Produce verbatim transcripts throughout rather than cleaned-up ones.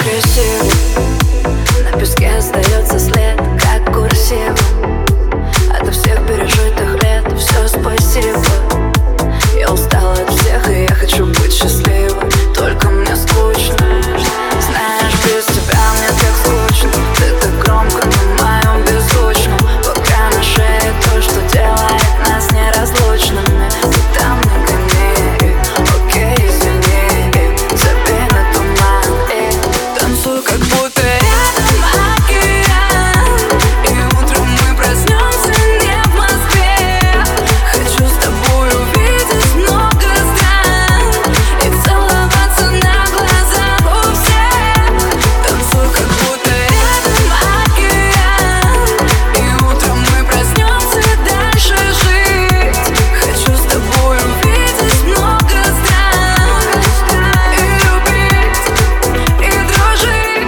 красиво. На песке остается след, как курсив. Ото всех пережитых лет все спасибо. Я устала от всех, и я хочу быть счастливой. Только мне скучно. Знаешь, без тебя мне так скучно. Ты так громко на моем беззвучном. Пока на шее то, что делает нас неразлучными. Ты там на коне, окей, извини. Забей на туман и танцуй, как будто рядом океан. И утром мы проснемся не в Москве. Хочу с тобой увидеть много стран и целоваться на глазах у всех. Танцуй, как будто рядом океан. И утром мы проснемся дальше жить. Хочу с тобой увидеть много стран и любить, и дружить.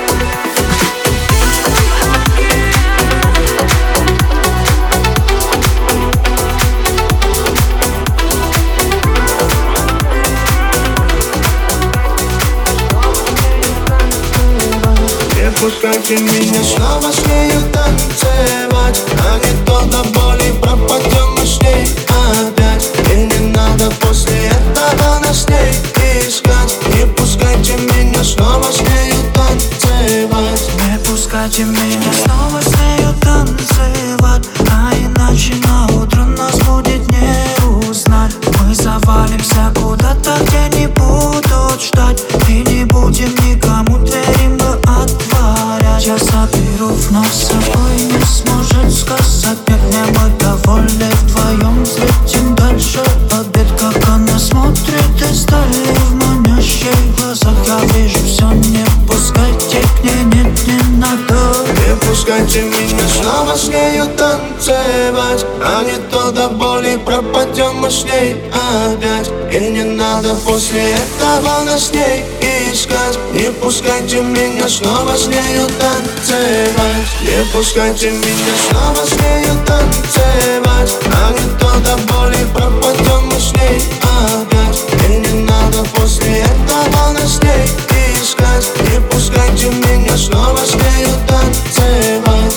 Не пускайте меня, снова с нею танцевать. А не то до боли пропадем мы с ней опять. И не надо после этого нас с ней искать. Не пускайте меня, снова с нею танцевать. Не пускайте меня снова с нею танцевать. А иначе на утро нас будет не узнать. Мы завалимся куда-то, где не будут ждать. И не будем никому двери мы отворять. Я заберу вновь с собой, не сможет сказать нет. Мне мы довольны вдвоем, взлетим дальше обед. Как она смотрит издали в манящих глазах. Я вижу все, не пускайте к ней, нет, не надо. Не пускайте меня, снова с нею танцевать. А не то до боли пропадем мы с ней опять. И не надо после этого нас с ней искать. Не пускайте меня, снова с нею танцевать. Не пускайте меня, снова с нею танцевать. А не то до боли пропадем мы с ней опять. И не надо после этого нас с ней искать. Не пускайте меня, снова с нею танцевать.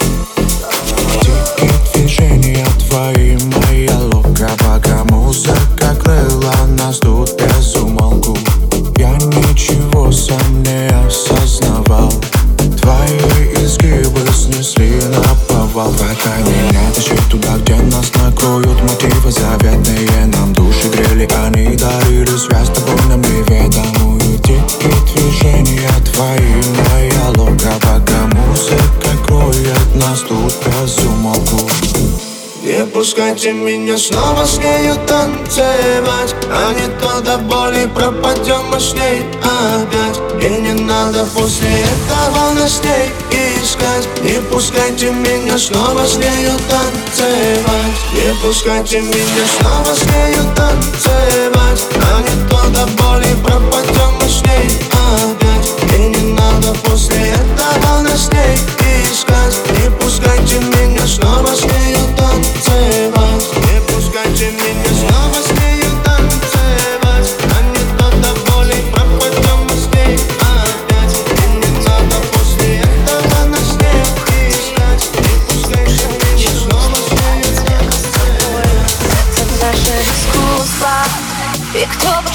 Дикие движения твои, моя лока. Пока музыка крыла нас тут без умолку. Я ничего сам не осознавал. Твои изгибы снесли на повал. Хватай меня, тащи туда, где нас накроют мотивы заветные. Нам души грели, они дарили связь с тобой нам неведомую. Дикие движения твои, моя лока. Пока музыка кроет нас тут без умолку. Не пускайте меня, снова с нею танцевать. А не то до боли пропадем мы с ней опять. И не надо после этого нас с ней искать. Не пускайте меня, снова с нею танцевать. Не пускайте меня, снова с нею танцевать. А не то до боли пропадем мы с ней опять. И не надо после этого нас с ней искать. Не пускайте меня, снова с нею танцевать. Не пускайте меня, снова с нею танцевать. А не то до боли пропадем мы с ней опять. И не надо после этого нас с ней искать. Не пускайте меня, снова с нею танцевать. Это наше искусство. И кто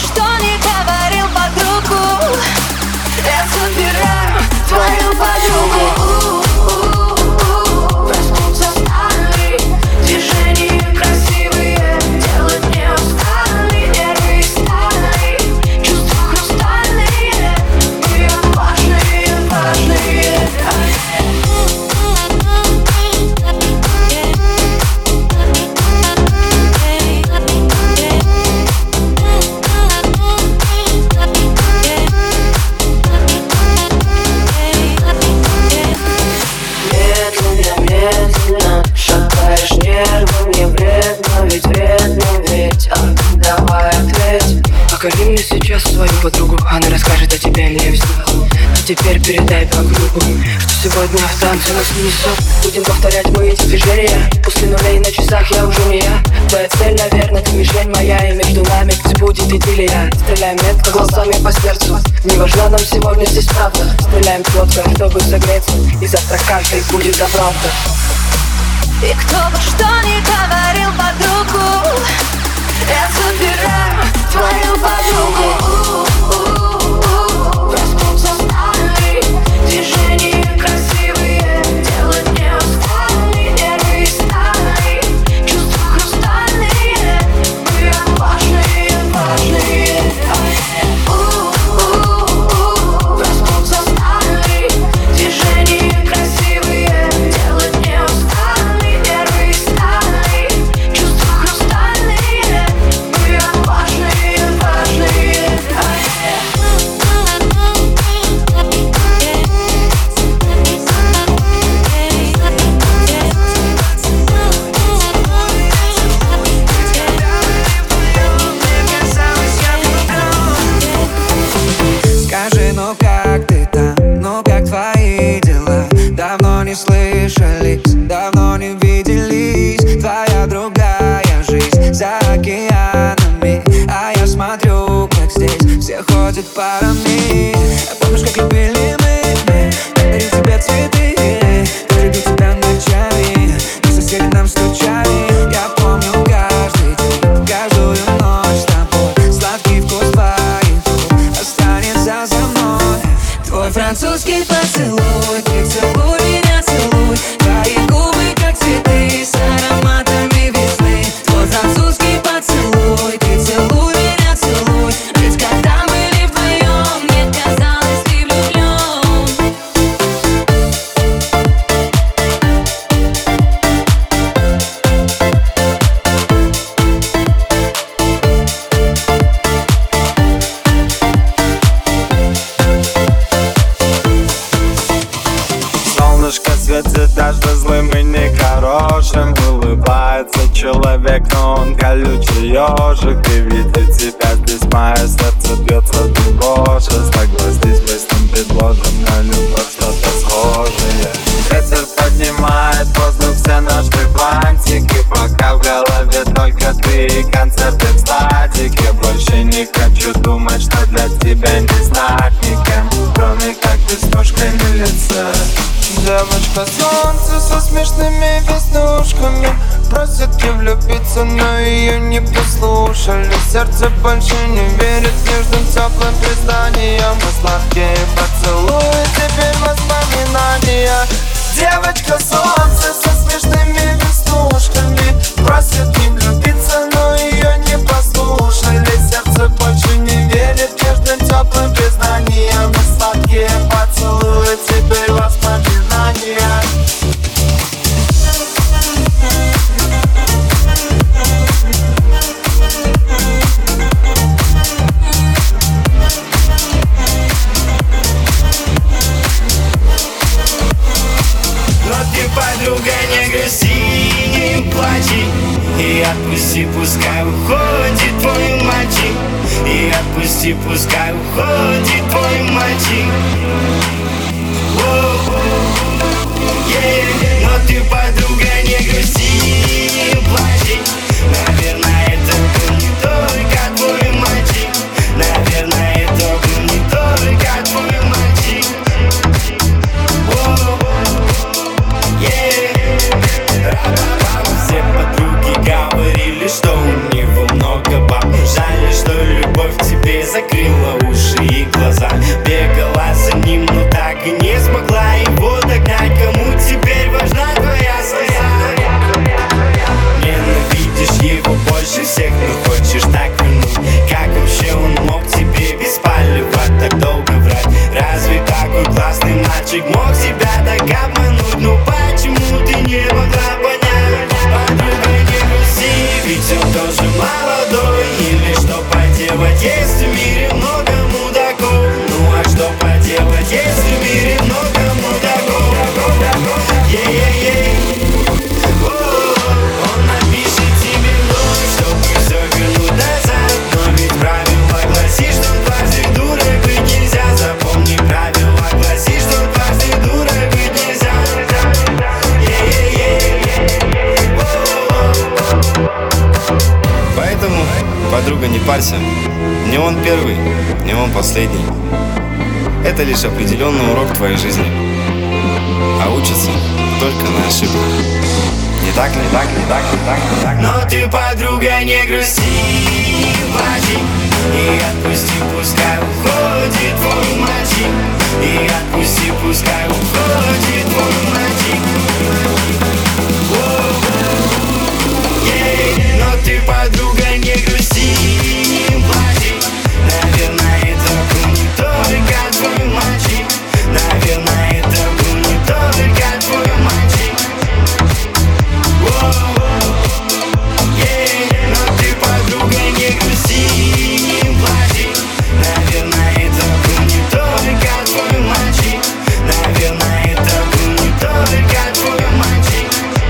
Позови мне сейчас свою подругу, она расскажет о тебе мне все. А теперь передай по кругу, что сегодня в танце нас несет. Будем повторять мы эти движения. После нулей на часах я уже не я. Твоя цель, наверное, ты мишень моя. И между нами где будет идиллия. Стреляем метко глазами по сердцу. Не важна нам сегодня здесь правда. Стреляем четко, чтобы согреться. И завтра каждый будет за правду. И кто бы что ни говорил подругу, я забираю твою подругу. Проснуться стали, движения красивые, делать не устали, нервы стали, чувства хрустальные, мы отважные, важные. Проснуться стали, движения красивые, делать не устали, нервы стали, чувства хрустальные, мы отважные, важные. Скажи, ну как ты там, ну как твои дела? Давно не слышались, давно не виделись. Твоя другая жизнь за океанами, а я смотрю, как здесь все ходят парами. Помнишь, как любили мы, дарил тебе цветы, как любил тебя ночами, и соседи нам стучали. Я помню каждый день, каждую ночь с тобой. Сладкий вкус твоих губ останется за мной. Твой французский поцелуй, ты целуй меня, целуй. Твои губы, как цветы, с ароматами весны. Твой французский поцелуй, ты целуй меня, целуй. Ведь когда были вдвоем, мне казалось, ты влюблен. Солнышко светит даже злым и нехорошим. Улыбается человек, но он колючий ежик. И видя тебя здесь, мое сердце бьется глубоко. Согласись, мы предложим на любовь что-то схожее. Ветер поднимает в воздух все наши бантики, пока в голове только ты и концерты в статике. Больше не хочу думать, что для тебя не знать никем, кроме как веснушкой на лице. Девочка солнце со смешными веснушками, просит не влюбиться, но ее не послушали. Сердце больше не верит нежным теплым признаниям, и сладкие поцелуи теперь воспоминания. Девочка солнце со смешными веснушками, просит не влюбиться, но ее не послушали. Сердце больше не верит нежным теплым признаниям, и сладкие поцелуи теперь воспоминания. Но ты, подруга, не грусти, не плачи, и отпусти, пускай уходит твой мальчик. И отпусти, пускай уходит твой мальчик. Yeah. Но ты, подруга, не грусти, не плачи. Наверное, это был не только твой мальчик. Наверное, это был не только твой мальчик. Yeah. Все подруги говорили, что у него много баб. Жаль, что любовь тебе закрыла уши и глаза. Бегала за ним, но так и не смогла его догнать. Кому теперь важна твоя слеза? Ненавидишь его больше всех, но хочешь так вернуть. Как вообще он мог тебе без палева так долго врать? Разве такой классный мальчик мог тебя так обмануть? Ну почему ты не могла понять? Подруга, не грусти, ведь он тоже молодой. Или что поделать, если в мире много мудаков? Ну а что поделать, если в мире много мудаков? Yeah-yeah-yeah. Он напишет тебе вновь, чтобы все вернуть назад. Но ведь правила гласят, первый, и он последний. Это лишь определенный урок твоей жизни. А учатся только на ошибках. Не так, не так, не так, не так, не так. Но ты, подруга, не грусти, плачи и отпусти, пускай уходит твой мальчик. И отпусти, пускай уходит твой мальчик. Yeah. Но ты, подруга, не грусти, плачи. Наверное, это был не только твой мальчик. Наверное, это был не только твой мальчик. Yeah. Но ты, подруга, не грусти, плачи. Наверное, это был не только твой мальчик. Наверное, это был не только твой мальчик.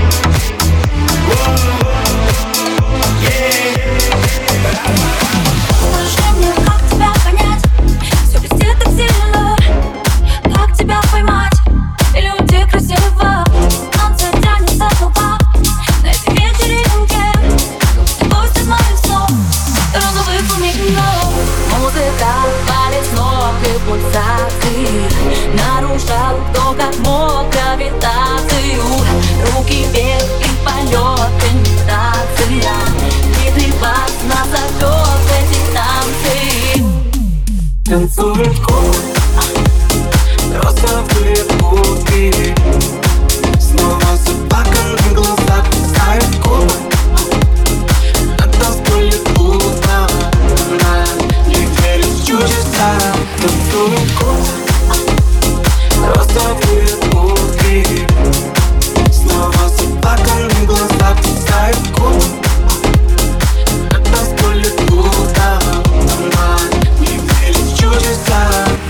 Скажи мне, как тебя понять? Все блестит так сильно. Как тебя поймать? Или уйти красиво? Солнце тянется толпа на этой вечеринке. Пусть из моих снов розовый фламинго. Музыка палит с ног и пульсации нарушал кто как мог гравитацию. Руки вверх и полет, имитация. Хитрый бас нас зовет в эти танцы. Танцует кот, розовые путки. Снова заплаканный глаза пускает кот. От нас будет плохо, она не верит в чудеса. Танцует кот, розовые путки. Снова заплаканный глаза пускает кот. От нас будет плохо, она не верит в чудеса.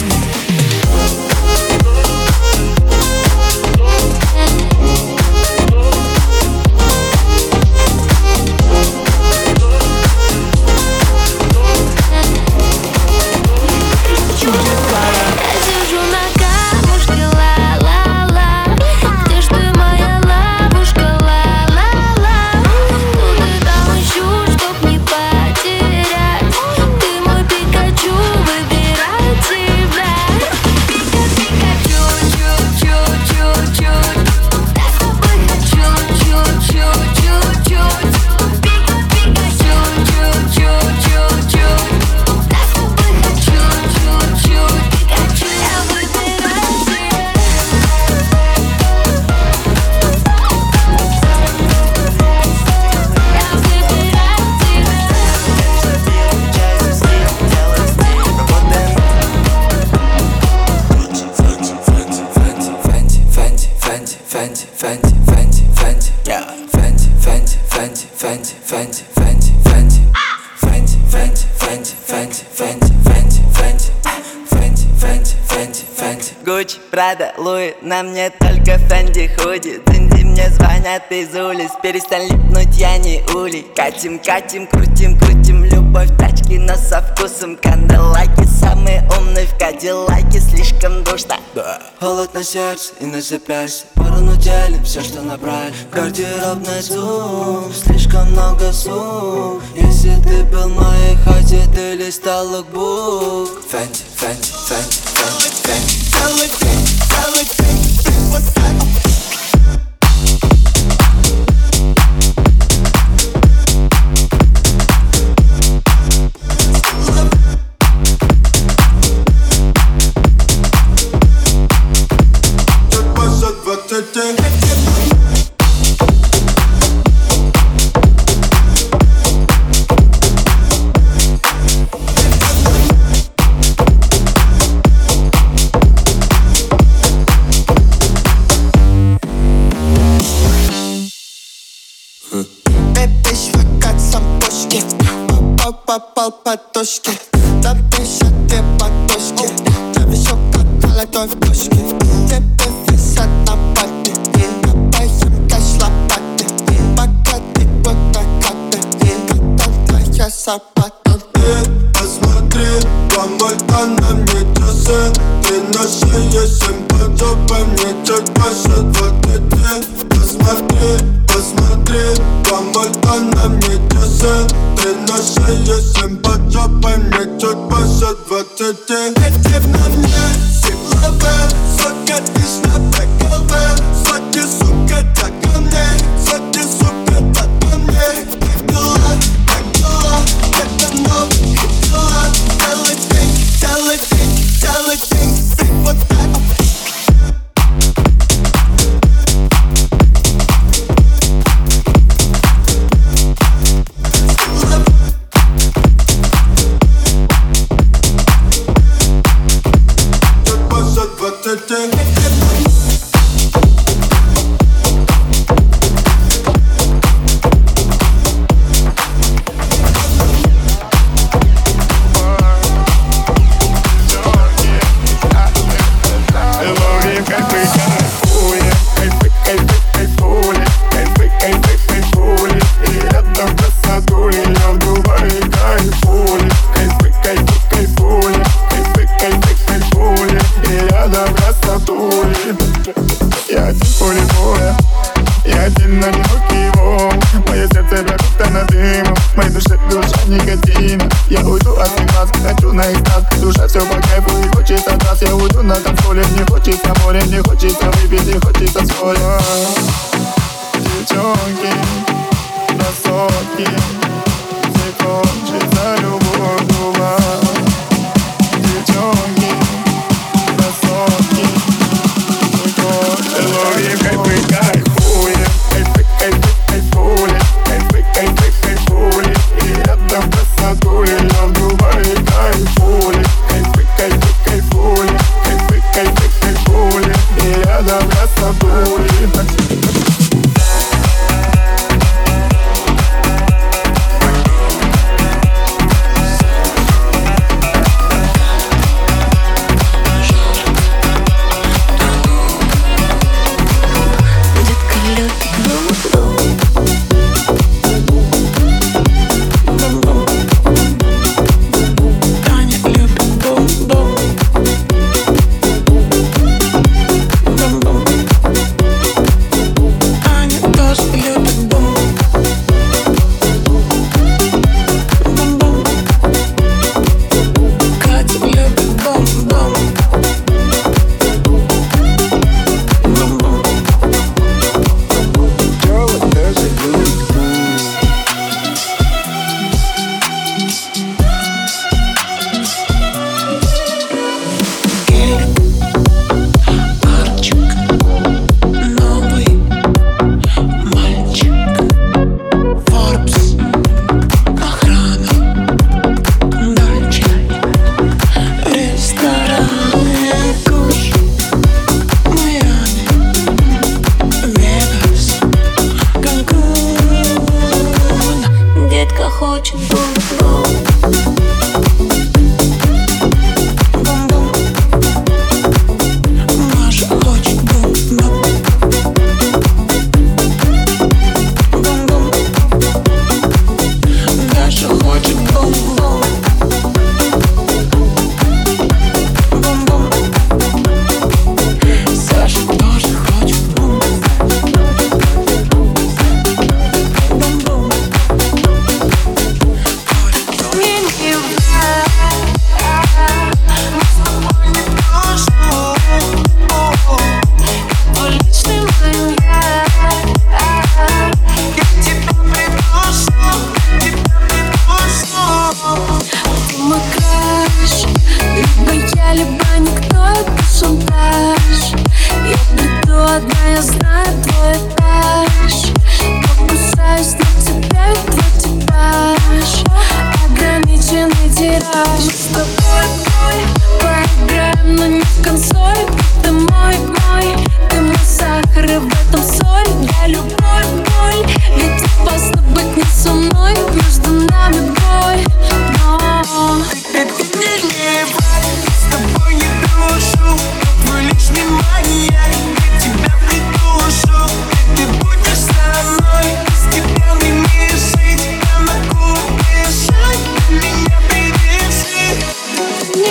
Я сижу на камушке, ла-ла-ла. Где ж ты, моя лапушка, ла-ла-ла? Тут и там ищу, чтоб не потерять. Ты мой Пикачу, выбирай тебя. Пика-пикачу, чу-чу-чу-чуть. Я с тобой хочу, чу-чу-чу-чуть. Пика-пикачу, чу-чу-чу-чуть. Я с тобой хочу, чу-чуть. Пикачу, я выбираю тебя. Я выбираю Fenty, Fenty, Fenty, Fenty, yeah. Fenty, Fenty, Fenty, Fenty, Fenty, Fenty, Fenty, Fenty, Fenty, Fenty, Fenty, Fenty, Fenty, Fenty, Fenty, Fenty, Fenty, Fenty. Гуччи, Прада, Луи, на мне только Фенди худи. Цинди мне звонят из улиц, перестань липнуть, я не улей. Катим, катим, крутим, крутим, любовь, тачки, но со вкусом канделаки. Самый умный в кадиллаке, слишком душно. Холод на сердце и на запястье. Порно делим все, что набрали. Гардеробный зум, слишком много сум. Если ты был в моей хате, ты листал лукбук. Фенти, Фенти, Фенти, Фенти, Фенти. Целый день, целый день, ты вот так. Попал под точки, напишет две подушки. Я вижу, как холодной в пушке. Тебе висят на пати, копаем кэш лопаты. Пока ты будто коты, когда твоя зарплата. Посмотри, Кому-то на мне часы, ты на шее, семь под жопой, мне чуть больше двадцати. Посмотри, посмотри, кому-то на мне часы, ты на шее, семь под жопой, мне чуть больше двадцати. Эти на мне силовые, сокатись на голове, сзади, сука, так ко мне, сзади, сука, так ко мне. Как дела, как дела, это новый дела. Целый день, целый день, целый день, ты вот так. Я один в поле боя, я один на одинокий волн. Мое сердце пропитано дымом, в моей душе душа никотина. Я уйду от них глаз, хочу на экстаз. Душа все по кайфу и хочется раз. Я уйду на танцполе, не хочется море, не хочется выпить, не хочется споря. Девчонки, красотки, все кончится любовь дума. Девчонки, красотки, лови, кайфы, кайфуем, кайфы, кайфы, кайфули, кайфы, кайфы, кайфули. И рядом красотули, я в Дубае кайфули, кайфы, кайфы, кайфули, кайфы, кайфы, кайфули. И рядом красотули. Хочет бум-бум. Маша хочет бум-бум. Бум-бум. Даша хочет бум-бум. Бум-бум. Саша тоже хочет бум. Бум-бум. Либо никто, это шантаж. Я приду одна, я знаю твой этаж. Покусаюсь на тебя и твой типаж. Ограниченный тираж. Мы с тобой поиграем, но не в консоль. Ты мой, мой, ты мой сахар, и в этом соль. Я любовь, боль, ведь опасно быть не со мной. Между нами бой, но ты нежнее, с тобой не душу. Твой лишний маньяк, я тебя придушу. Ты будешь со мной, с тебя мне не жить. Я могу бежать, меня привяжи.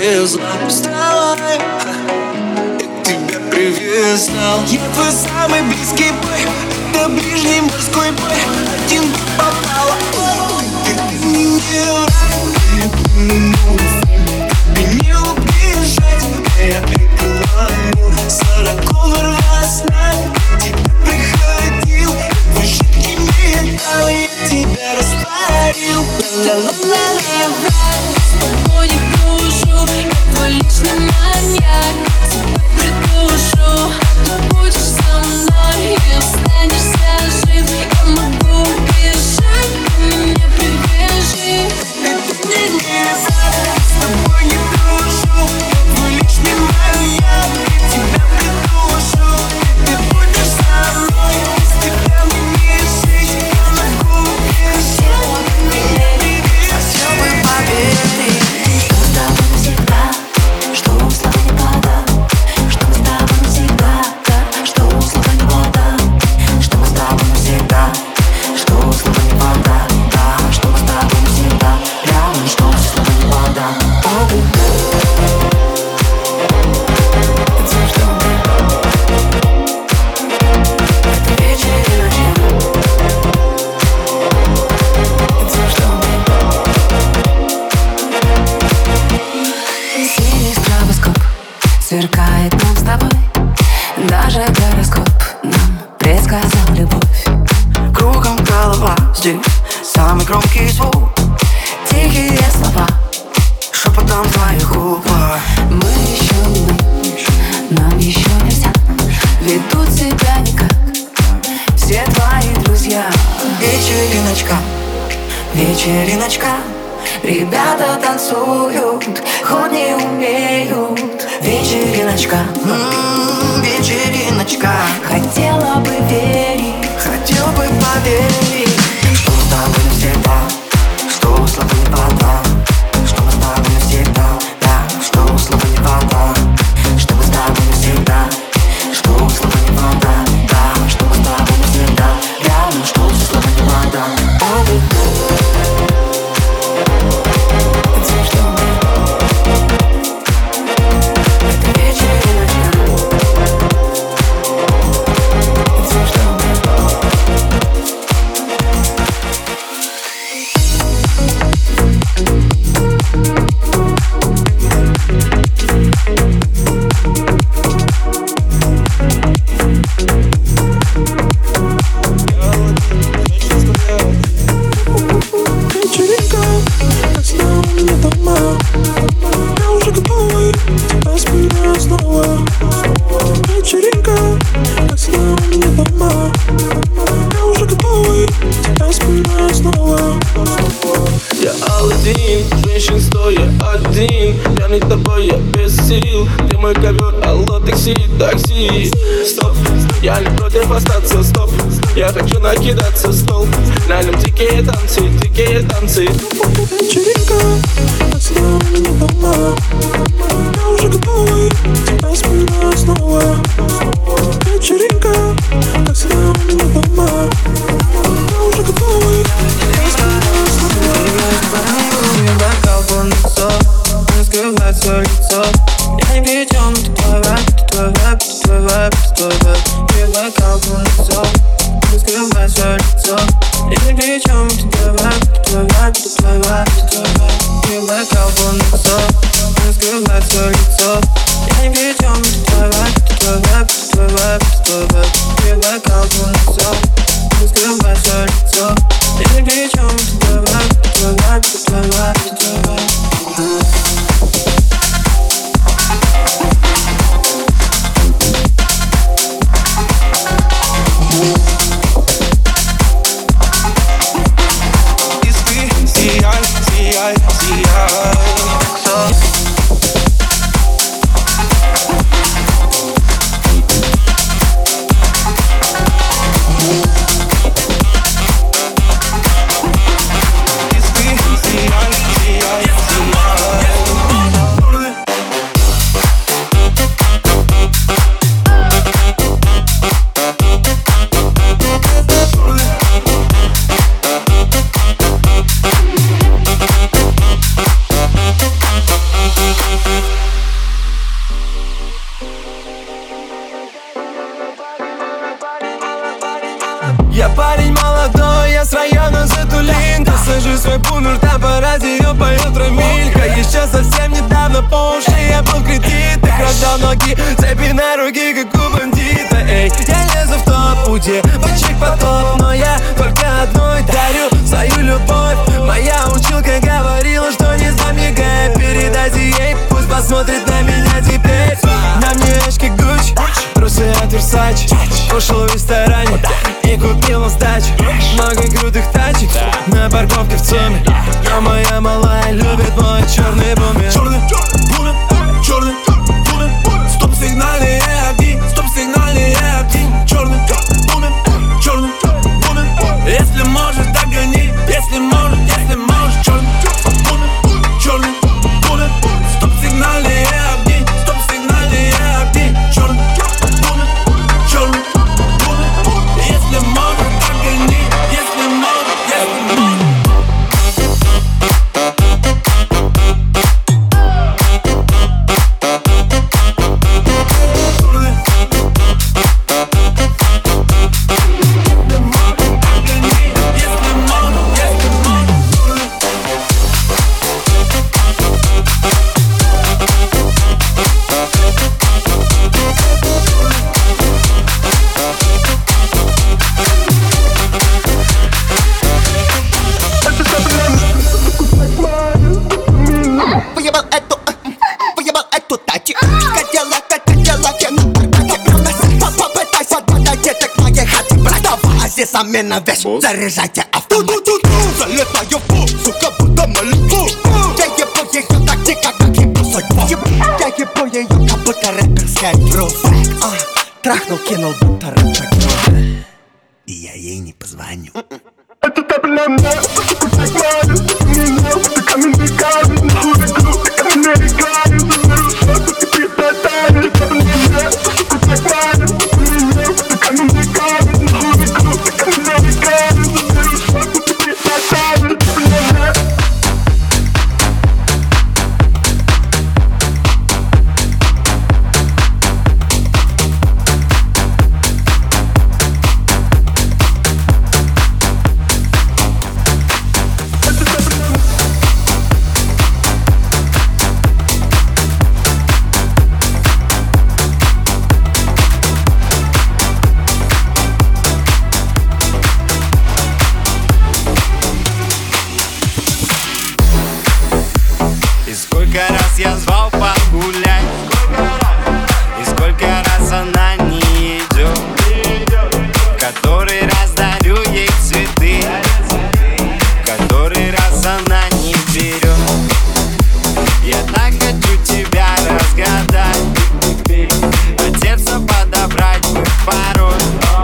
исчезла. Вставай, я к тебе привязал. Я твой самый близкий бой, это ближний морской бой. Один бой попала, ты, ты мне не рад, ты не нужен, тебе не убежать. Я говорил, сороков ворвалась на тебя приходил. Твой жидкий металл, я тебя растворил. С тобой не дружу, я твой личный маньяк. Тебя придушу, ты будешь со мной и останешься жив. Я могу убежать, ты меня привяжи. Это мне не рад, с тобой не дружу, я твой личный маньяк. Тебя придушу, ты будешь со мной, без тебя мне не жить. Я могу убежать, ты меня привяжи. Хотел бы поверить, что мы с тобой навсегда, что слова не вода, что мы с тобой навсегда, что слова не вода, что мы с тобой навсегда, что слова не вода, да, что мы с тобой навсегда, рядом, что слова не вода. Синий стробоскоп сверкает нам с тобой. Даже гороскоп нам предсказал любовь. Кругом голова, здесь самый громкий звук, тихие слова шепотом твоих губ. Мы еще не мы, нам еще нельзя. Ведут себя никак все твои друзья. Вечериночка, вечериночка, ребята танцуют, хоть не умеют. Вечериночка, м-м, вечериночка. Хотела бы верить, Хотел бы поверить, что мы с тобой навсегда, что слова не вода, что мы с тобой навсегда, да, что слова не вода, что мы с тобой навсегда, что слова не вода, да, что мы с тобой навсегда, рядом, что слова не вода. Вечеринка, как снова мне дома. Я уже готовый, тебя вспоминаю снова. Вечеринка, как снова мне дома. Я уже готовый, тебя вспоминаю снова. Я Аладдин, женщин стоя один. Пьяный тобой, я без сил. Ты мой ковер, алло, такси, такси. Стоп, я не против остаться, стоп. Я хочу накидаться в стол. На нем дикие танцы, дикие танцы. Вечеринка, как снова мне дома. Я уже готовый, тебя вспоминаю снова. Вечеринка, как снова мне дома. Я уже готовый, тебя вспоминаю снова. Бокал полный лицо, не скрывает свое лицо. Я не придем, это твой рэп, это твой рэп, это твой рэп, это твой рэп. Пью бокал полный лицо, не скрывает свое лицо. Я не придем, это твой рэп, это твой рэп, это твой рэп, это твой рэп. Пью бокал полный лицо, не скрывает свое лицо. Я не придем, это твой рэп, это твой рэп, это твой рэп, это твой рэп. Пью бокал полный лицо, не скрывает свое лицо. Я не придем, это твой рэп, это твой рэп, это твой рэп, это твой рэп. Сияй, сияй, сияй. Сияй, сияй, сияй. еще совсем недавно по уши я был в кредитах, раздал ноги, цепи на руки, как у бандита. Эй, я лезу в топ, пути, бычек потоп, но я только одной дарю свою любовь. Моя училка говорила, что не замигай, передайте ей, пусть посмотрит на меня теперь. На мне очки Гуччи, трусы от Версачи. Ушел в ресторане и купил на сдачу много крутых тачек на парковке в ЦУМе. Но моя малая любит мой черный бумер. Черный бумер, черный бумер, стоп-сигнальные огни, стоп-сигнальные огни. Черный бумер, черный бумер. Если можешь, догони, если можешь, если можешь. Черный бумер, черный бумер, стоп-сигнальные огни, стоп-сигнальные огни. Черный бумер, черный бумер. Если можешь, догони, если можешь, если можешь. Замена вещь, заряжайте автомат. Залетаю в пол, сука, будто малюку. Я ебу ее так дико, как ебу судьбу. Я ебу ее, как будто рэперская грув. Трахнул, кинул, будто рэпер. И я ей не позвоню. Это таблетка, кусок маны. Меня ты каменный камень. Нахуй игру, ты каменный камень. Заберу шоку, ты пи-татами. Это таблетка, кусок маны. Меня ты каменный камень. Нахуй игру, ты каменный камень. Заберу шоку, ты пи-татами. Это таблетка. Я звал погулять, и сколько раз она не идет. Который раз дарю ей цветы, который раз она не берет. Я так хочу тебя разгадать, от сердца подобрать бы пароль.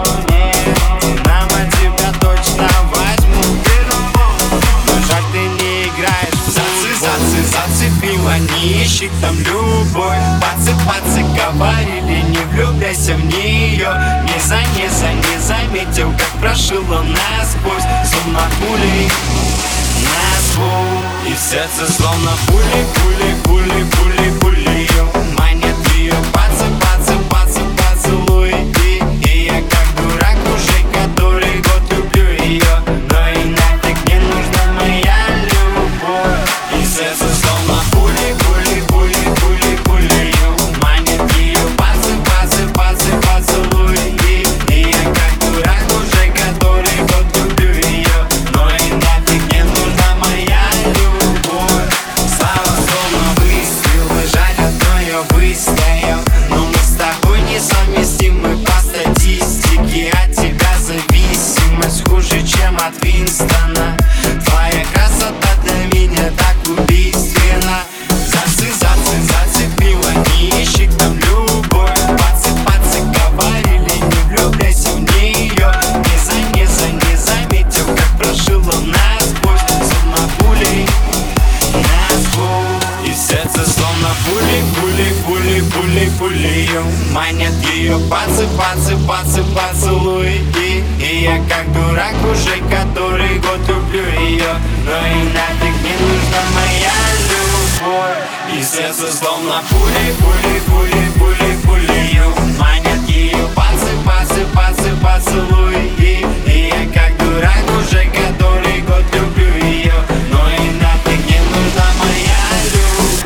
Динамо тебя точно возьму, но жаль ты не играешь. Зацы, зацы, зацепила, не ищи там любовь. Пацы, пацы говорили, не влюбляйся в нее. Не за, не за, не заметил, как прошила насквозь. Словно пули, насквозь. И в сердце словно пули, пули, пули, пули, пули ее. Манят ее, пацы, пацы, пацы, поцелуй. И, и я как дурак уже который год люблю ее. Но и нафиг не нужна моя любовь. И в сердце словно пули, пули, пули, пули, пули ее. Манят ее, пацы, пацы, пацы, поцелуй. И, и я как дурак уже который год люблю ее. Но и нафиг не нужна моя любовь. Слава словно выстрел, жаль одно я выстоял. Но мы с тобой несовместимы по статистике. От тебя зависимость хуже, чем от Винстона. Твоя красота для меня так убийственна. Зацы, зацы, зацепила, не ищи там любовь. Пацы, пацы говорили, не влюбляйся в нее. Не за, не за, не заметил, как прошила насквозь. Словно пули, насквозь. И в сердце словно пули, пули, пули, пули, пули ее. Манят ее, пацы, пацы, пацы, поцелуй. И, и я как дурак уже который год люблю ее. Но и нафиг не нужна моя любовь. И сердце словно пули, пули, пули, пули, пули ее. Манят ее, пацы, пацы, пацы, поцелуй. И, и я как дурак уже который год люблю ее. Но и нафиг не нужна моя любовь.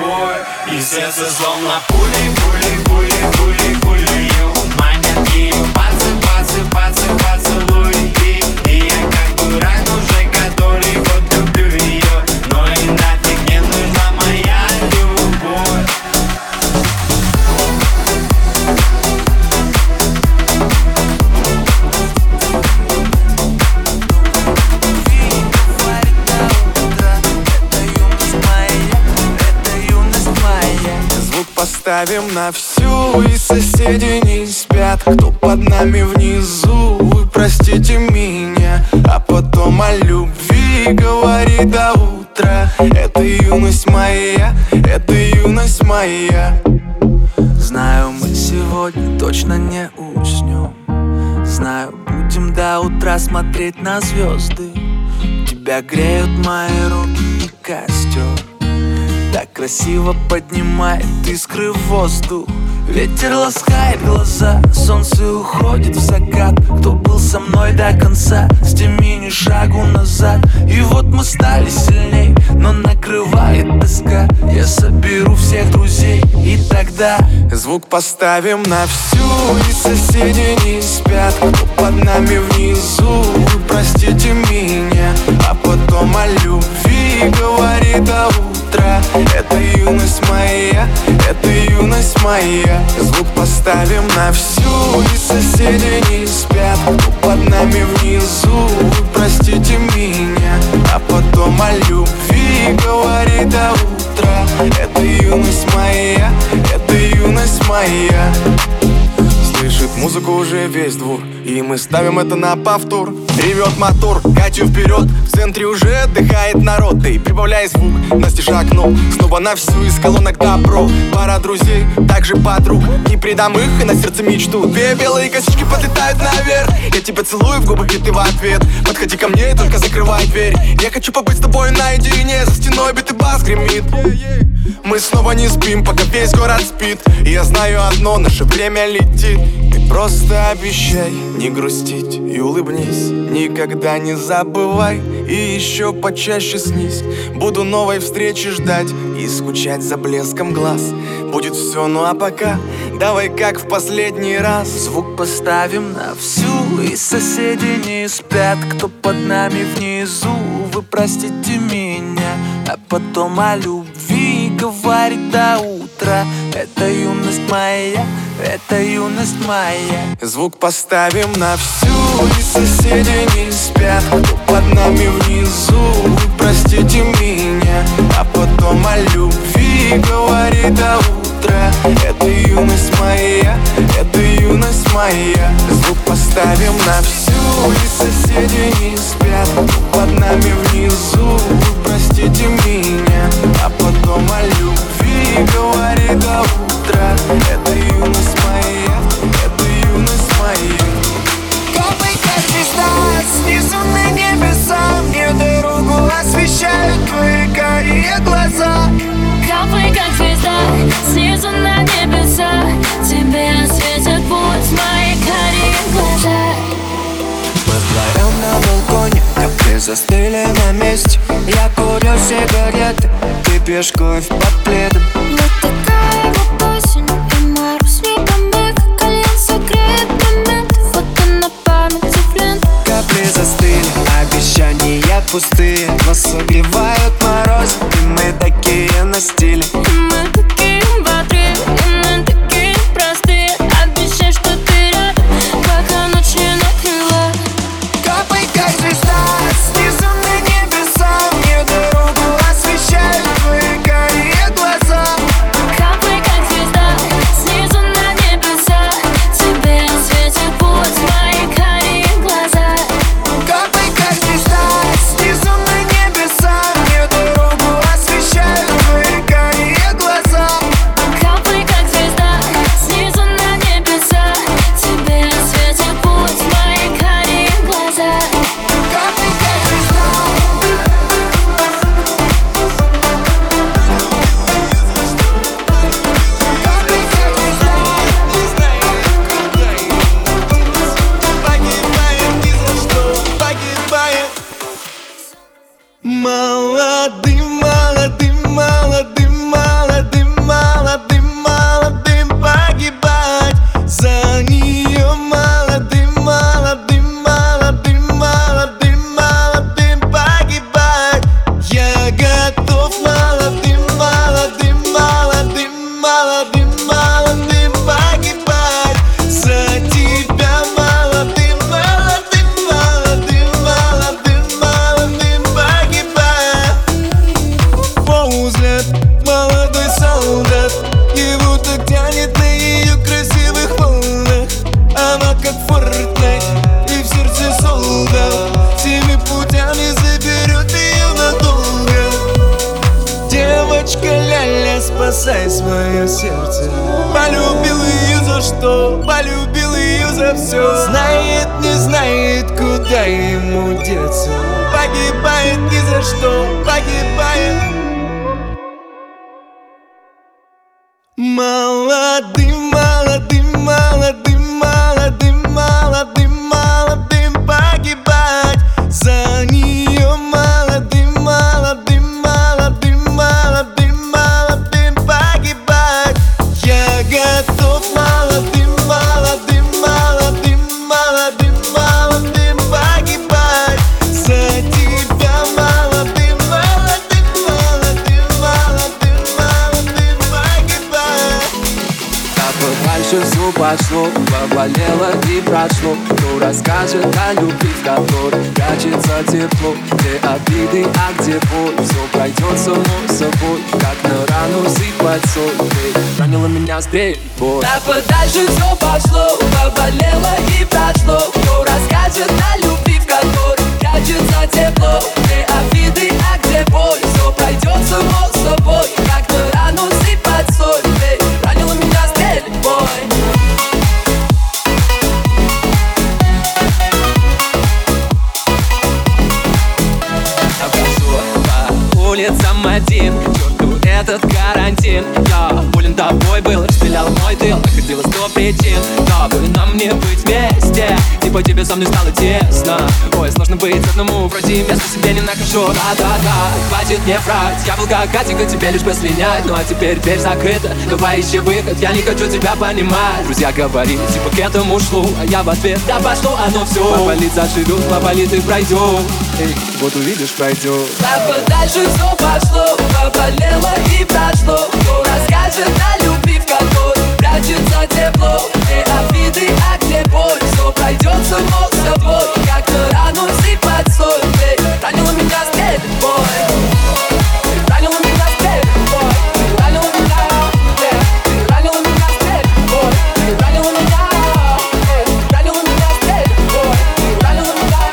поставим на всю, и соседи не спят. Кто под нами внизу, вы простите меня. А потом о любви говори до утра. Это юность моя, это юность моя. Знаю, мы сегодня точно не уснем. Знаю, будем до утра смотреть на звезды. Тебя греют мои руки и костер. Так красиво поднимает искры в воздух. Ветер ласкает глаза, солнце уходит в закат. Кто был со мной до конца, с теми ни шагу назад. И вот мы стали сильней, но накрывает тоска. Я соберу всех друзей, и тогда звук поставим на всю, и соседи не спят. Кто под нами внизу, вы простите меня. А потом о любви говори до утра. Это юность моя, это юность моя. Звук поставим на всю, и соседи не спят. Кто под нами внизу, вы простите меня. А потом о любви говори до утра. Это юность моя, это юность моя. Слышит музыку уже весь двор, и мы ставим это на повтор. Ревет мотор, катю вперед, в центре уже отдыхает народ. Ты прибавляй звук, Настя шагнул снова на всю, из колонок добро. Пара друзей, также подруг, не предам их и на сердце мечту. Две белые косички подлетают наверх, я тебя целую в губы, и ты в ответ. Подходи ко мне и только закрывай дверь. Я хочу побыть с тобой наедине, за стеной бит и бас гремит. Мы снова не спим, пока весь город спит. И я знаю одно, наше время летит. Ты просто обещай не грустить и улыбнись. Никогда не забывай и еще почаще снись. Буду новой встречи ждать и скучать за блеском глаз. Будет все, ну а пока давай как в последний раз. Звук поставим на всю, и соседи не спят. Кто под нами внизу, вы простите меня. А потом о любви говорит до утра. Это юность моя, это юность моя. Звук поставим на всю, и соседи не спят. Кто под нами внизу, вы простите меня. А потом о любви говорит до утра. Это юность моя, это юность моя. Звук поставим на всю, и соседи не спят. Кто под нами внизу, вы простите меня. А потом о любви говорит до утра. Это юность моя, это юность моя. Капай как звезда снизу на небеса. Мне дорогу освещают твои карие глаза. Капай как звезда снизу на небеса. Тебе светят путь мои карие глаза. Мы вдвоем на балконе, капли застыли на месте. Я курю сигареты, ты пьешь кофе под пледом. Вот такая вот осень, и мороз не помех. Кальян согреет моменты, фото на память в ленту. Капли застыли, обещания пустые, но согревают мороз. И мы такие на стиле, И мы такие бодрые, и мы такие простые. Обещай, что ты рядом, пока ночь не накрыла. Капай как звезда снизу на небеса. Мне дорогу освещают твои карие глаза. Капай как звезда снизу на небеса. Тебе светит путь мои карие глаза. Капай как звезда снизу на небеса. Мне дорогу освещают твои карие глаза. Капай как звезда снизу на небеса. Тебе светит путь мои карие глаза. Капай как звезда. Капай как звезда. Погибаем ни за что, погибаем. Молодым, молодым, молодым, молодым, молодым, молодым погибать за нее. Молодым, молодым, молодым, молодым, молодым погибать. Я готов молодым, молодым, молодым, молодым, молодым погибать за тебя. Молодым, молодым, молодым, молодым, молодым погибать. спасай свое сердце. Полюбил ее за что, полюбил ее за все. Знает, не знает, куда ему деться. Погибает ни за что, погибает. Молодым, молодым, молодым, молодым, молодым, молодым погибать за нее. Молодым, молодым, молодым, молодым, молодым погибать. Я готов молодым, молодым, молодым, молодым, молодым погибать за тебя. Молодым, молодым, молодым, молодым, молодым погибать. Как бы дальше все пошло, поболело и прошло. Кто расскажет о любви, в которой прячется тепло? Где обиды, а где боль? Все пройдет само собой, как на рану сыпать соль. Ты ранила меня стрельбой. Так бы дальше все пошло, поболело и прошло. Кто расскажет о любви, в которой прячется тепло? Где обиды, а где боль? Все пройдет само собой, как на рану сыпать соль. Ты ранила меня стрельбой. Улицам один, к черту этот карантин. Я болен тобой был, расстрелял мой тыл. Находила сто причин, дабы нам не быть вместе. И по тебе со мной стало тесно. Ой, сложно быть одному, вроде места себе не нахожу. Да-да-да, хватит мне врать. Я был как Катенька, тебе лишь бы слинять. Ну а теперь дверь закрыта, давай ищи выход. Я не хочу тебя понимать. Друзья говорили, типа к этому шло. А я в ответ, да пошло оно все. Поболит заживет, поболит и пройдет. Эй, вот увидишь, пройдет. Так бы дальше все пошло, поболело и прошло. Кто расскажет о любви, в которой прячется тепло? Где обиды, а где боль? Все пройдет само собой, как на рану сыпать соль. Ты ранила меня стрельбой. Ты ранила меня стрельбой. Ты ранила меня, ты ранила меня стрельбой. Ты ранила меня, ты ранила меня стрельбой. Ты ранила меня,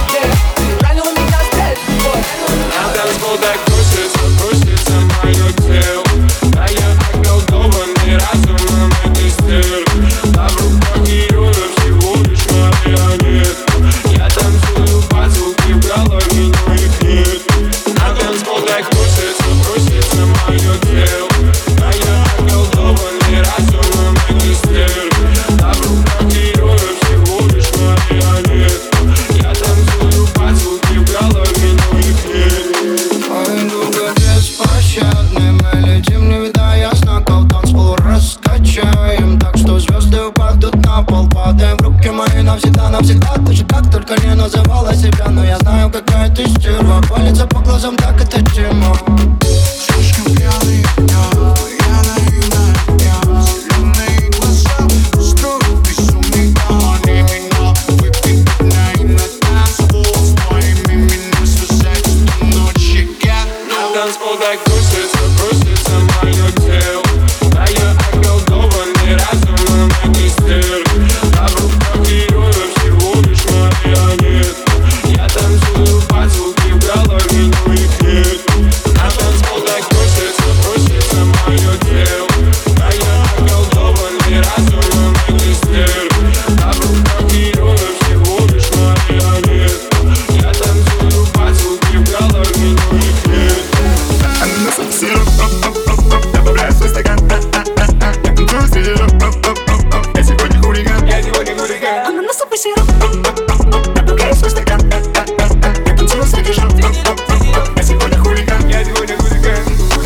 ты ранила меня стрельбой. На танцпол так крутится, крутится мое тело. А я околдованный разумом этой стервы. А в руках ее всего лишь марионетка. Я танцую под звуки в голове, но их нет. На танцпол так крутится, крутится мое тело. А я околдованный разумом этой стервы. А в руках ее всего лишь марионетка. Я танцую под звуки в голове, но их нет. Ой, долго беспощадны, мы летим, не видая знаков. Танцпол раскачаем, так что звезды упадут на пол. Падаем в руки мои навсегда, навсегда. Ты же как только не называла себя, но я знаю, какая ты стерва. Палится по глазам, так это тема. Слишком пьяный я, я наивная я. Зеленые глаза, строят безумный план. И меня выпить на и на танцпол. С твоими меня связать до ночи. На танцпол так крутится, крутится мое тело. А я околдованный разумом этой стервы. А в руках ее всего лишь марионетка. Я танцую под звуки в голове, но их нет. На танцпол так крутится, крутится мое тело. А я околдованный разумом этой стервы. А в руках ее всего лишь марионетка. Я танцую под звуки в голове, но их нет. Ананасовый сироп, оп-оп-оп-оп. Добавляю свой стакан, а-а-а-а. Я танцую среди жоп, оп-оп-оп-оп. Я сегодня хулиган, я сегодня хулиган. Ананасовый сироп, оп-оп-оп-оп. Добавляю свой стакан, а-а-а-а. Я танцую среди жоп, оп-оп-оп-оп. Я сегодня хулиган, я сегодня хулиган.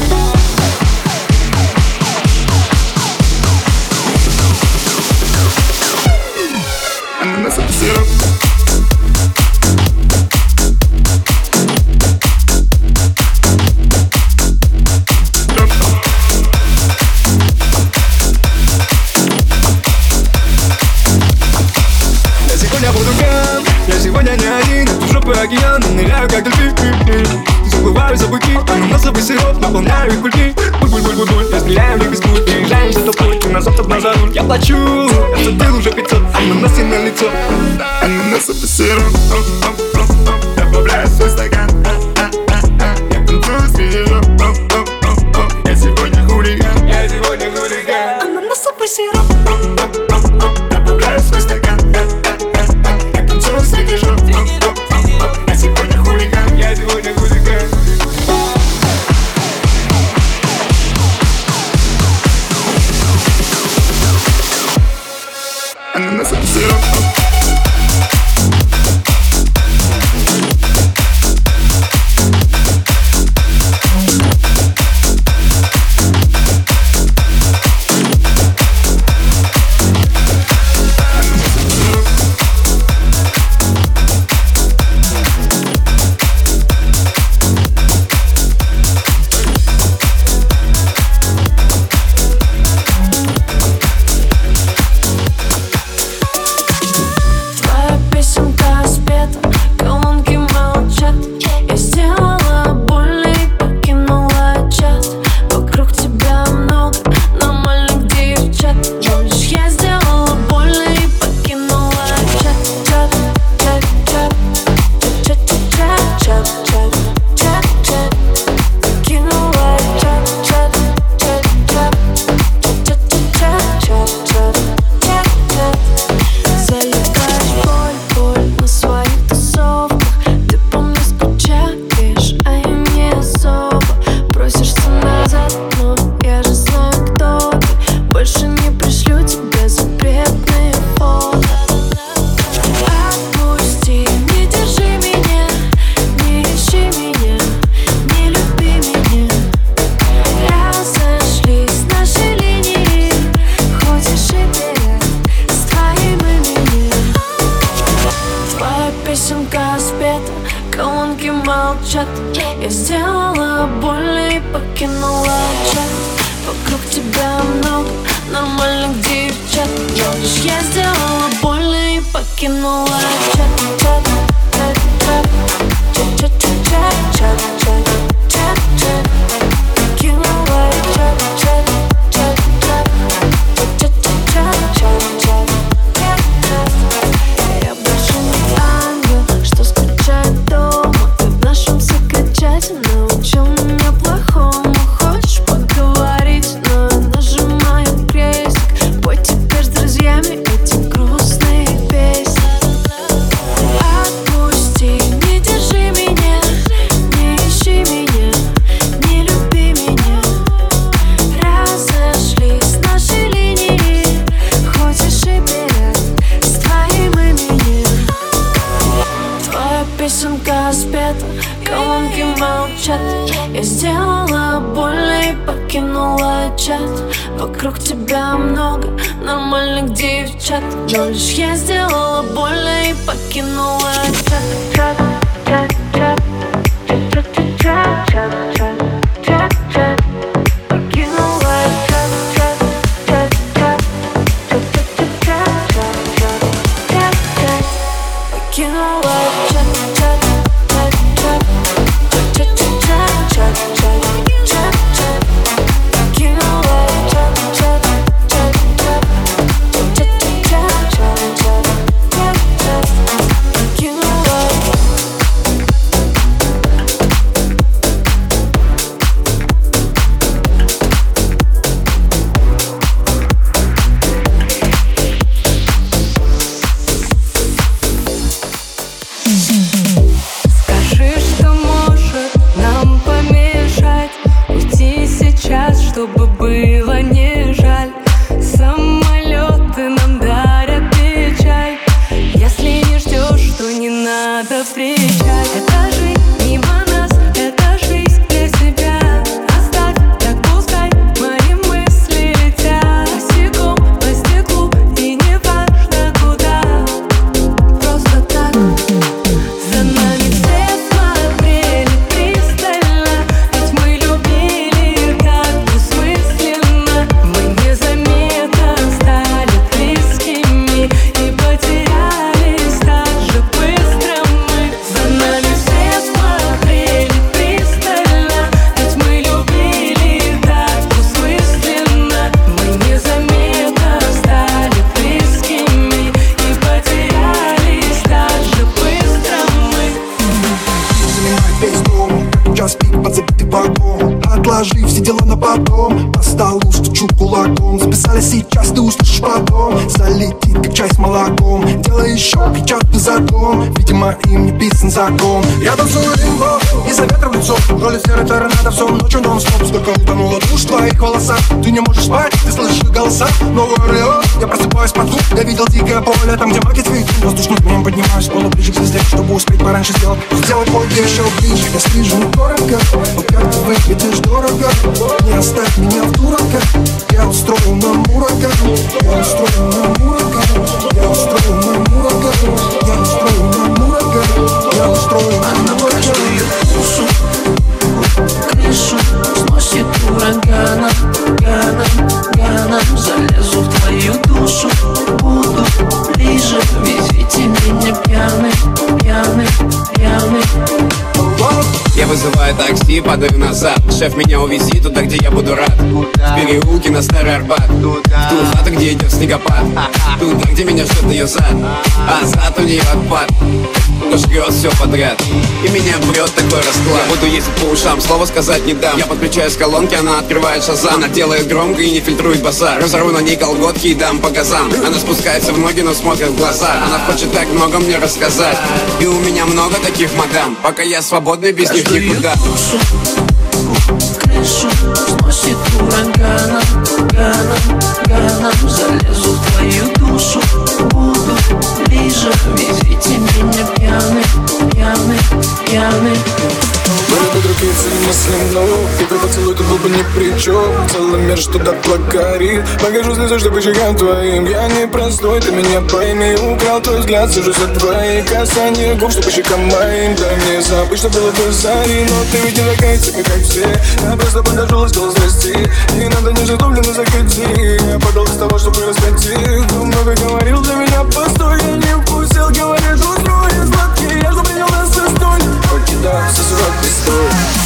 Ананасовый сироп. Я сегодня хулиган, я сегодня не один. В жопы океана, ныряю как дельфин. Заплываю за буки, ананасовый сироп, наполняю их кульки. Буль-буль-буль-буль, я стреляю в них без пуль. Переезжаемся толпой, ты нас автобус за руль. Я плачу, я заплатил уже пятьсот, ананасы на лицо. Ананасовый сироп, оп-оп-оп-оп. Добавляю свой стакан, а-а-а-а. Я танцую среди жоп, оп-оп-оп-оп. Я сегодня хулиган. сироп. Добавляю свой стакан. Я танцую среди жен. Я сегодня хулиган. Я сегодня хулиган. Ананас и сироп. Я сделала больно и покинула чат. Вокруг тебя много нормальных девчат, но лишь я сделала больно и покинула чат. Чат, чат, чат, чат, чат, чат, чат, чат, чат, чат, покинула чат, чат, чат, чат, чат, чат, чат, чат, чат, чат. Я больше не ангел, что скучает дома. Ты в нашем секречате научил меня плохому. Хочешь поговорить, но я нажимаю крестик. Пой теперь с друзьями эти грустные песни. Отпусти, не держи меня, не ищи меня, не люби меня. Разошлись наши линии, хочешь и берег с твоим именем. Твоя песенка спета, колонки молчат. Я сделала больно и покинула чат. Вокруг тебя много нормальных девчат, но лишь я сделала больно и покинула чат. Чат, чат, чат, чат, чат, чат, чат, чат, чат, покинула чат, чат, чат, чат, чат, чат, чат, чат, чат, чат, покинула чат, чат, чат, чат, чат, чат, чат, чат, чат, чат, покинула чат, чат, чат, чат, чат, чат, чат, чат, чат, покинула. Скажи, что может нам помешать уйти сейчас, чтобы было не жаль. Самолеты нам дарят печаль. Если не ждешь, то не надо приезжать. Это жизнь мимо нас, это жизнь для себя. Оставь, так пускай мои мысли летят босиком по стеклу, и не важно куда. Просто так за нами все смотрели пристально, ведь мы любили так бессмысленно. Мы незаметно стали близкими и потерялись так же быстро мы. За нами все смотрели пристально, ведь мы любили так бессмысленно. Мы незаметно стали близкими и потерялись так же быстро мы. Занимает весь дом, час пик, подзабитый вагон. Атлас отложив все дела на потом. По столу стучу кулаком. Записали сейчас, ты услышишь потом. Залетит, как чай с молоком. Делай еще печатный закон. Видимо, им не писан закон. Я танцую лимбо, из-за ветра в лицо. Роли серой торнадо, всю ночью нон-стоп. Сколько утонула душ в твоих волосах. Ты не можешь спать, ты слышишь голоса. Новый Орион, я просыпаюсь под лук. Я видел дикое поле, там где маки цветут. Воздушным днем поднимаюсь полу ближе к звезде, чтобы успеть пораньше сделать. Сделать мой день еще ближе. Я слежу дорого, вот как ты выглядишь дорого. Не оставь меня в дураках. Я устрою нам ураган. Я устрою нам ураган. Я устрою нам ураган. Я устрою нам ураган. Я устрою нам ураган. Душу, крышу сносит ураганом, ганом, ганом. Залезу в твою душу, буду ближе. Везите меня пьяный, пьяный, пьяный. Я вызываю такси, падаю назад. Шеф, меня увези туда, где я буду рад. В переулке на Старый Арбат. В ту хату, где идет снегопад. Туда, где меня ждет ее зад. А зад у нее отпад. Но жрет все подряд. И меня брет такой расклад. Я буду ездить по ушам, слова сказать не дам. Я подключаюсь к колонке, она открывает шазам. Она делает громко и не фильтрует базар. Разорву на ней колготки и дам по газам. Она спускается в ноги, но смотрит в глаза. Она хочет так много мне рассказать. И у меня много таких мадам. Пока я свободный, без них никуда. Крышу сносит ураганом, ганом, ганом. Залезу в твою душу, буду ближе. Везите меня пьяный, пьяный, пьяный. Были бы другие мысли, но и твой поцелуй тут был бы ни при чем. Целый мир что-то покорит. Покажу слезы, что по щекам твоим. Я не простой, ты меня пойми. Украл твой взгляд, сажусь от твоих касаний губ, что по щекам моим. Дай мне забыть, что было до зари. Но ты ведь не такая себе, как все. Я просто подошел и сказал здрасти. Не надо ниже топлено закати. Я подал из того, чтобы раскатить. Ты много говорил для меня, постой. Я не вкусил, говоришь, устроен сладкий. Я же принял нас со столь. Хоть и да, сосужат пистоль.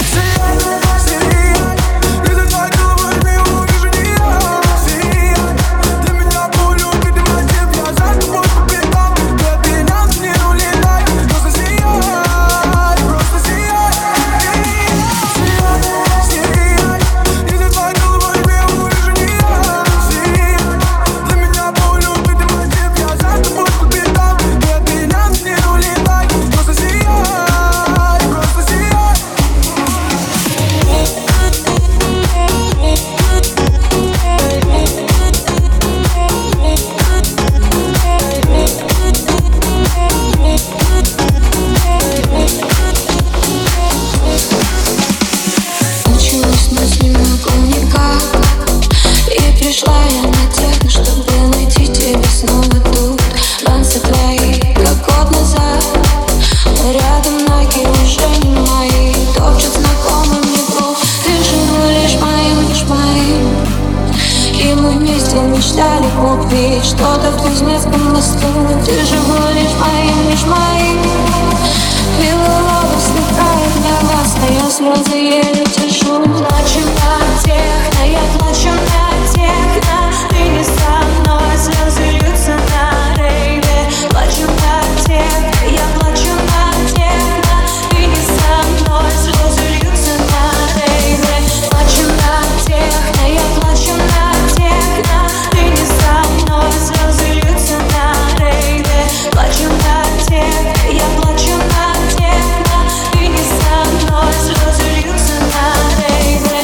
Что-то в Кузнецком мосту. Ты же будешь моим, лишь моим. Белый сливает для вас, но я слезы еле тяжу. Плачу на техно, я плачу на техно. Ты не со мной, слезы льются на рейве. Плачу на техно, я плачу на техно. Ты не со мной, слезы льются на рейве. Плачу на техно, я плачу на техно. Ты не со мной, слезы льются на рейве. Плачу на техно, я плачу на техно. Ты не со мной, слезы льются на рейве.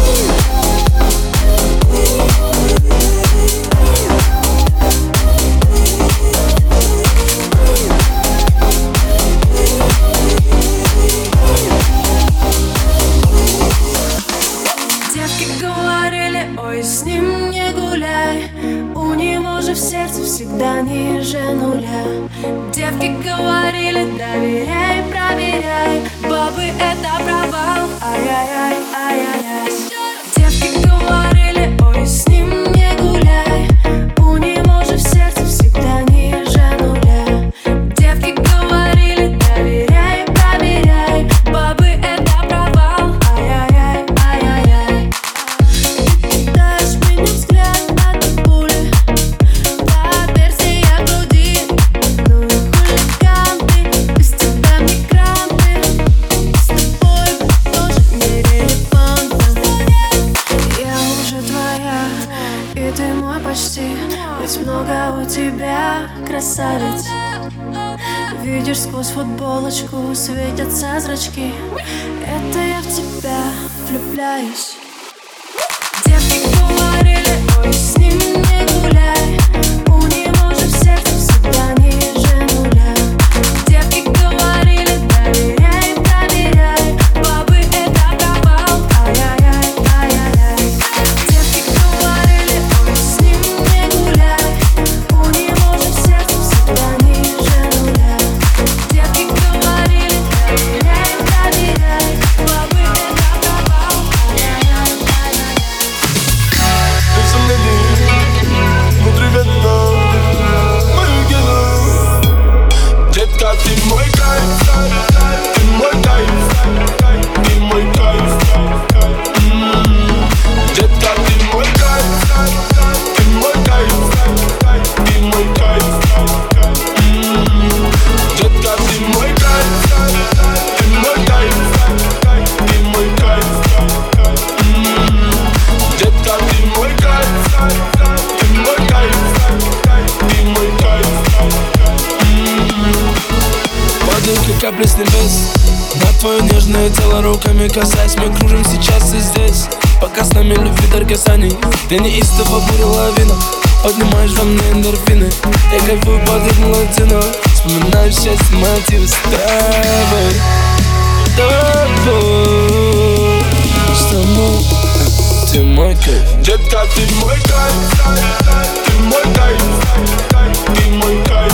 Девки говорили, ой, с ним не гуляй. У него же в сердце всегда ниже нуля. Девки говорили, доверяй, проверяй. Бабы, это провал, ай-яй-яй, ай-яй-яй. Девки говорили, ой, с ним не гуляй. У него же в сердце всегда ниже нуля. Девки говорили, доверяй, проверяй. Бабы, это провал, ай-яй-яй, ай-яй-яй. Дашь мне взгляд от пули, проверься груди. Ну и хулиганты, без тебя мигранты. С тобой красавец. Видишь, сквозь футболочку светятся зрачки. Это я в тебя влюбляюсь. Девки говорили, ой, с ним не гуляй, у него же в сердце всегда ниже нуля. Девки говорили, доверяй, доверяй, бабы это провал, ай-яй-яй, ай-яй-яй. Девки говорили, ой, с ним не гуляй, у него же в сердце всегда ниже нуля. Девки говорили, доверяй, доверяй, бабы это провал, ай-яй-яй, ай-яй-яй. Внутри видно мою гену. Детка, ты мой кайф, ты мой кайф, ты мой кайф. Детка, ты мой кайф, ты мой кайф, ты мой кайф. Детка, ты мой кайф, ты мой кайф, ты мой кайф. Детка, ты мой кайф, ты мой кайф, ты мой кайф. Маленькие капли с небес, на твое нежное тело руками касаясь, мы кружим сейчас и здесь. Пока с нами любви дар касаний, ты неистово буря лавина, поднимаешь во мне эндорфины. Я кайфую под ритм латино, вспоминаю счастье, мотивы с тобой, тобой. С тобой, ты мой кайф. Детка, ты мой кайф, ты мой кайф, ты мой кайф.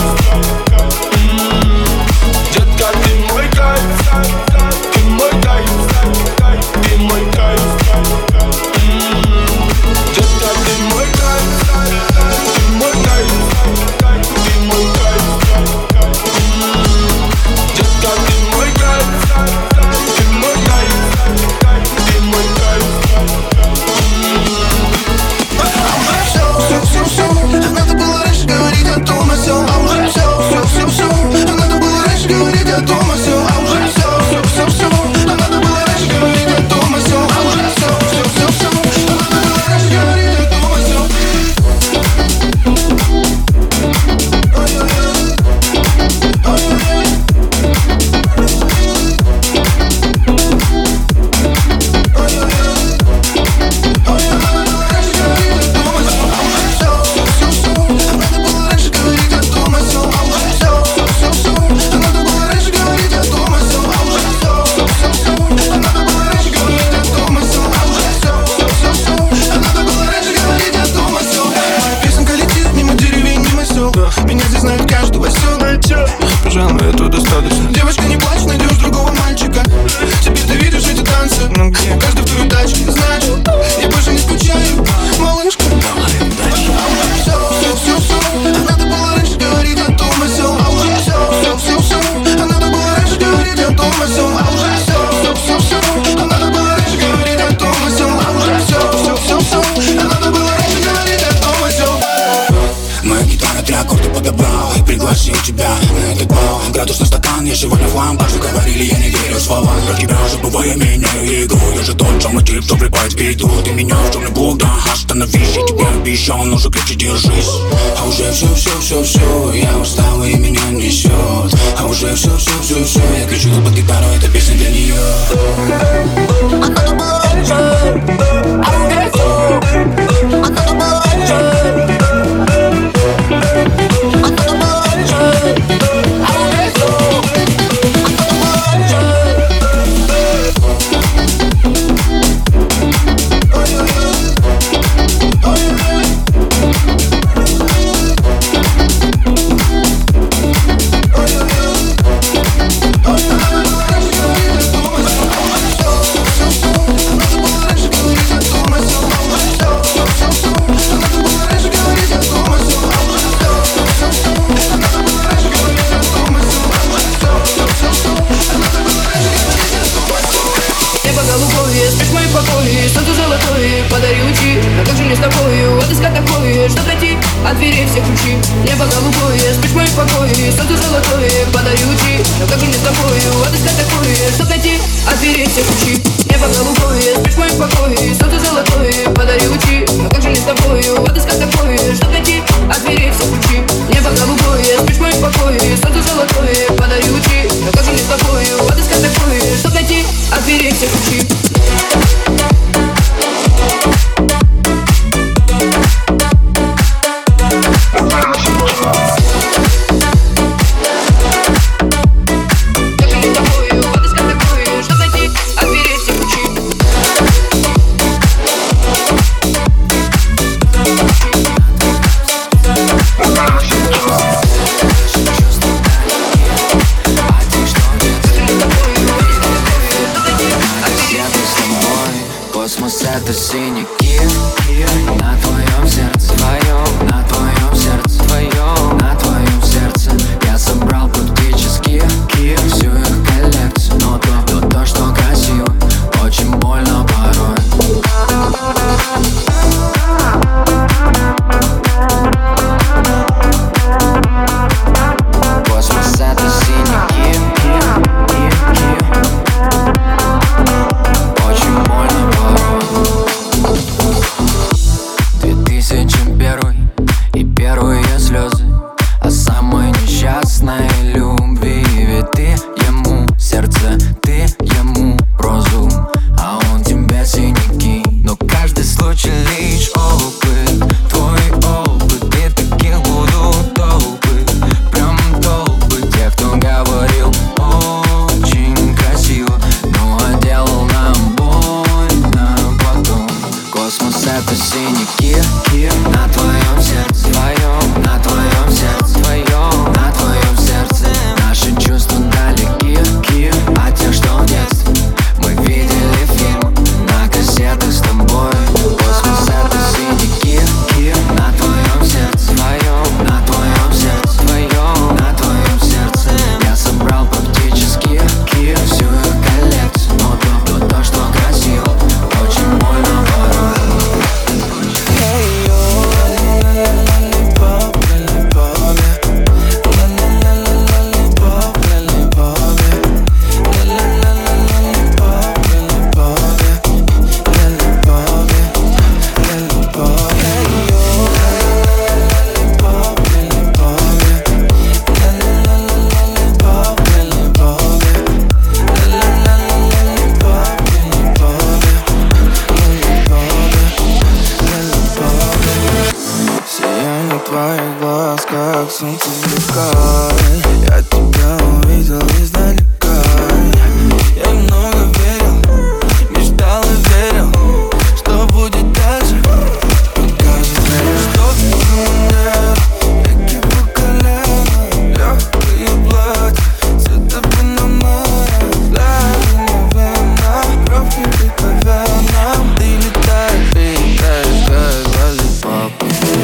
Детка, ты мой кайф, ты мой кайф, ты мой кайф. Детка, ты мой кайф, ты мой кайф, ты мой кайф. Детка, ты мой кайф, ты мой кайф, ты мой кайф. Все, все, все, надо было раньше говорить о том, о сём. А уже все, все, все, все, надо было раньше говорить о том, о сём. А уже все, все, все, все, надо было раньше говорить о том, о сём. А уже все, все, все, все, надо было раньше говорить о том, о сём. Меня здесь знает каждый восёл. Пожалуй, этого достаточно. Девочка, не плачь, найдешь другого мальчика. Теперь ты видишь эти танцы, ну где? Каждый в твоей тачке, значит, я больше не скучаю, малышка. Все, все, все, все, надо было раньше говорить о том, о сём. А уже все, все, все, все, надо было раньше говорить о том, о сём. А уже все, все, все, все, надо было раньше говорить о том, о сём. А уже все, все, все, все, надо было раньше говорить о том, о сём. Моя гитара три аккорда подобрал, пригласил тебя на этот бал. Градус на стакан, я сегодня флам. Как же говорили, я не верю в слова. Про тебя забывая меняю игру. Я же тот самый тип, что влипает в беду. Ты меня в черный блок, да, остановись. Я тебе обещал, но же крепче держись. А уже все, все, все, все, я устал и меня несет. А уже все, все, все, все, я кричу под гитару, эта песня для нее. А надо было раньше, а уже все, а надо было раньше. От двери все ключи, небо голубое, спишь в мои покои, солнце золотое, подарю ключи. Но как же мне с тобою отыскать такое, чтоб найти от двери все ключи. Небо голубое, спишь в мои покои, солнце золотое, подарю ключи. Но как же мне с тобою отыскать такое, чтоб найти от двери все ключи. Небо голубое. Космос — это синяки на твоем сердце твоем, на твоем сердце твоем, на твоем сердце. Я собрал практически всю их коллекцию, но то, то, то, что красиво, очень больно порой. Космос — это синяки, очень больно порой. Две тысячи первый и первые слезы о самой несчастной любви. Ведь ты ему сердце, ты ему розу, а он тебе синяки. Но каждый случай лишь опыт, твой опыт. И таких будут толпы, прям толпы тех, кто говорил очень красиво, ну а делал нам больно потом. Космос — это синяки на твоем сердце твоем, на твоем сердце твоем, на твоем сердце. Наши чувства далеки от тех, что в детстве мы видели фильм на кассетах с тобой. Космос — это синяки на твоем сердце твоем, на твоем сердце твоем, на твоем сердце. Я собрал практически всю их коллекцию, но то, то, то, что красиво, очень больно порой. Сияние твоих глаз, как солнце векает. Я тебя увидел издалека. Я много верил, мечтал и верил, что будет дальше. Покажет время, что ты мне. Веки по колено, легкое платье, цвета панамара, взгляды мгновенно, кровь не бьет по венам. Ты летаешь, ты летаешь, как лоллипоп.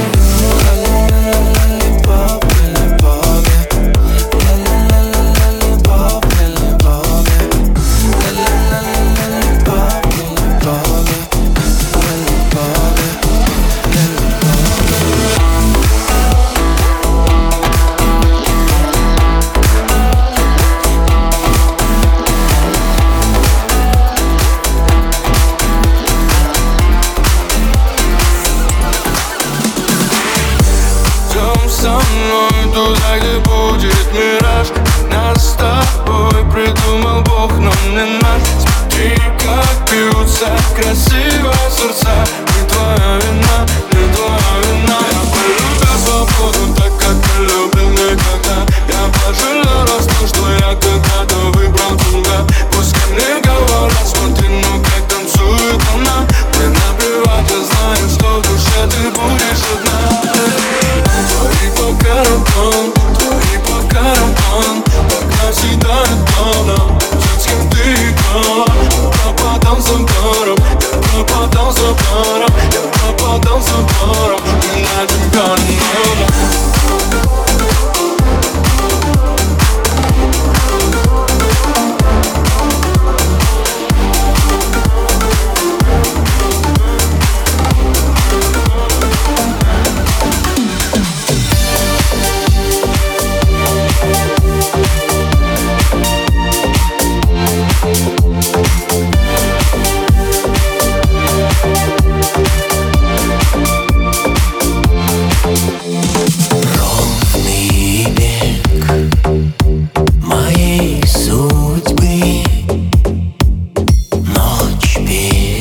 Со мной туда, где будет мираж. Нас с тобой придумал Бог, но не наш. Смотри, как бьются красиво сердца. Не твоя вина, не твоя вина. Я полюбил свободу так, как не любил никогда. Я пожалел раз то, что я когда-то выбрал тебя. Пускай мне говорят, смотри, ну как танцует она. Мне наплевать, я знаю, что в душе ты будешь одна. Твои по карман, твои по карман, пока седает тона, с кем ты играл. Я пропадал за паром, я пропадал за паром, я пропадал за паром, и на тебя не надо. Моей судьбы, ночь без